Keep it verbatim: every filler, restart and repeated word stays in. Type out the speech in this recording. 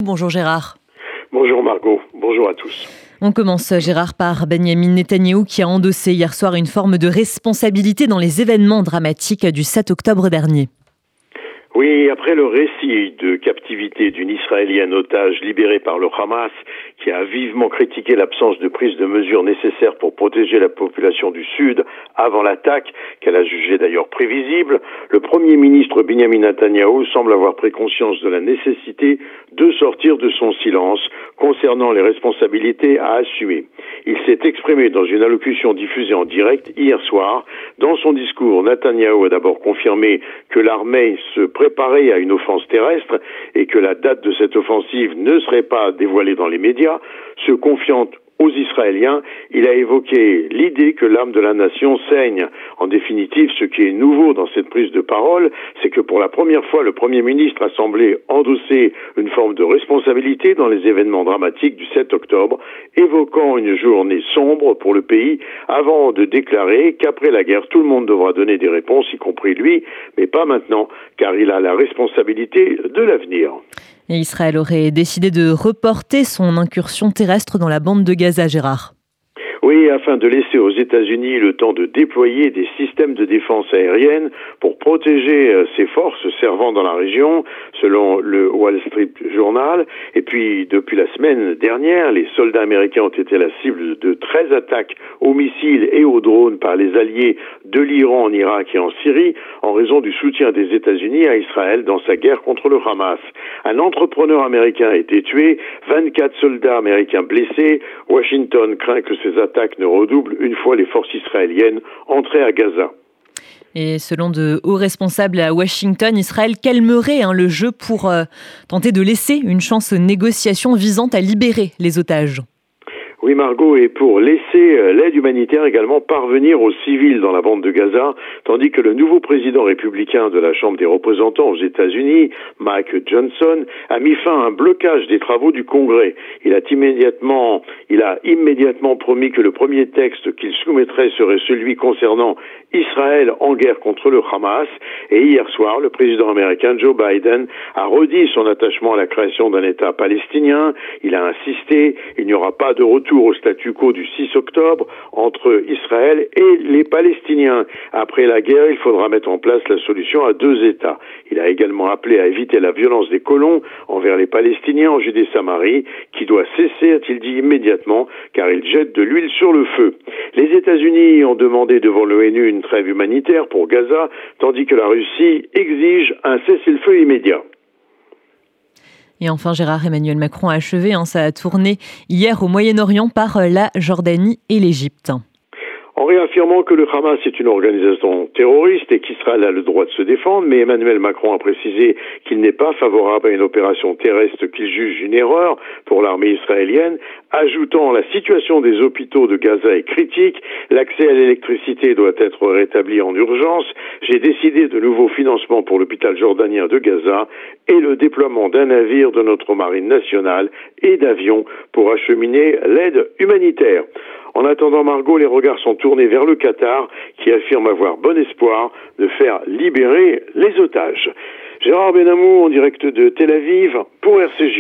Bonjour Gérard. Bonjour Margot, bonjour à tous. On commence, Gérard, par Benyamin Netanyahou qui a endossé hier soir une forme de responsabilité dans les événements dramatiques du sept octobre dernier. Oui, après le récit de captivité d'une Israélienne otage libérée par le Hamas, qui a vivement critiqué l'absence de prise de mesures nécessaires pour protéger la population du Sud avant l'attaque, qu'elle a jugée d'ailleurs prévisible, le Premier ministre Benyamin Netanyahou semble avoir pris conscience de la nécessité de sortir de son silence concernant les responsabilités à assumer. Il s'est exprimé dans une allocution diffusée en direct hier soir. Dans son discours, Netanyahou a d'abord confirmé que l'armée se préparait à une offense terrestre et que la date de cette offensive ne serait pas dévoilée dans les médias. Se confiant aux Israéliens, il a évoqué l'idée que l'âme de la nation saigne. En définitive, ce qui est nouveau dans cette prise de parole, c'est que pour la première fois, le Premier ministre a semblé endosser une forme de responsabilité dans les événements dramatiques du sept octobre, évoquant une journée sombre pour le pays, avant de déclarer qu'après la guerre, tout le monde devra donner des réponses, y compris lui, mais pas maintenant, car il a la responsabilité de l'avenir. Et Israël aurait décidé de reporter son incursion terrestre dans la bande de Gaza, Gérard. Oui, afin de laisser aux États-Unis le temps de déployer des systèmes de défense aérienne pour protéger ses forces servant dans la région, selon le Wall Street Journal. Et puis, depuis la semaine dernière, les soldats américains ont été la cible de treize attaques aux missiles et aux drones par les alliés de l'Iran en Irak et en Syrie, en raison du soutien des États-Unis à Israël dans sa guerre contre le Hamas. Un entrepreneur américain a été tué, vingt-quatre soldats américains blessés. Washington craint que ces attaques ne redoublent une fois les forces israéliennes entrées à Gaza. Et selon de hauts responsables à Washington, Israël calmerait hein, le jeu pour euh, tenter de laisser une chance aux négociations visant à libérer les otages. Oui, Margot, et pour laisser l'aide humanitaire également parvenir aux civils dans la bande de Gaza, tandis que le nouveau président républicain de la Chambre des représentants aux États-Unis, Mike Johnson, a mis fin à un blocage des travaux du Congrès. Il a immédiatement, il a immédiatement promis que le premier texte qu'il soumettrait serait celui concernant Israël en guerre contre le Hamas. Et hier soir, le président américain Joe Biden a redit son attachement à la création d'un État palestinien. Il a insisté, il n'y aura pas de retour au statu quo du six octobre entre Israël et les Palestiniens. Après la guerre, il faudra mettre en place la solution à deux États. Il a également appelé à éviter la violence des colons envers les Palestiniens en Judée-Samarie, qui doit cesser, a-t-il dit immédiatement, car il jette de l'huile sur le feu. Les États-Unis ont demandé devant l'ONU une trêve humanitaire pour Gaza, tandis que la Russie exige un cessez-le-feu immédiat. Et enfin, Gérard, Emmanuel Macron a achevé hein, sa tournée hier au Moyen-Orient par la Jordanie et l'Égypte. En réaffirmant que le Hamas est une organisation terroriste et qu'Israël a le droit de se défendre, mais Emmanuel Macron a précisé qu'il n'est pas favorable à une opération terrestre qu'il juge une erreur pour l'armée israélienne, ajoutant la situation des hôpitaux de Gaza est critique, l'accès à l'électricité doit être rétabli en urgence, j'ai décidé de nouveaux financements pour l'hôpital jordanien de Gaza et le déploiement d'un navire de notre marine nationale et d'avions pour acheminer l'aide humanitaire. En attendant, Margot, les regards sont tournés vers le Qatar, qui affirme avoir bon espoir de faire libérer les otages. Gérard Benamou, en direct de Tel Aviv, pour R C J.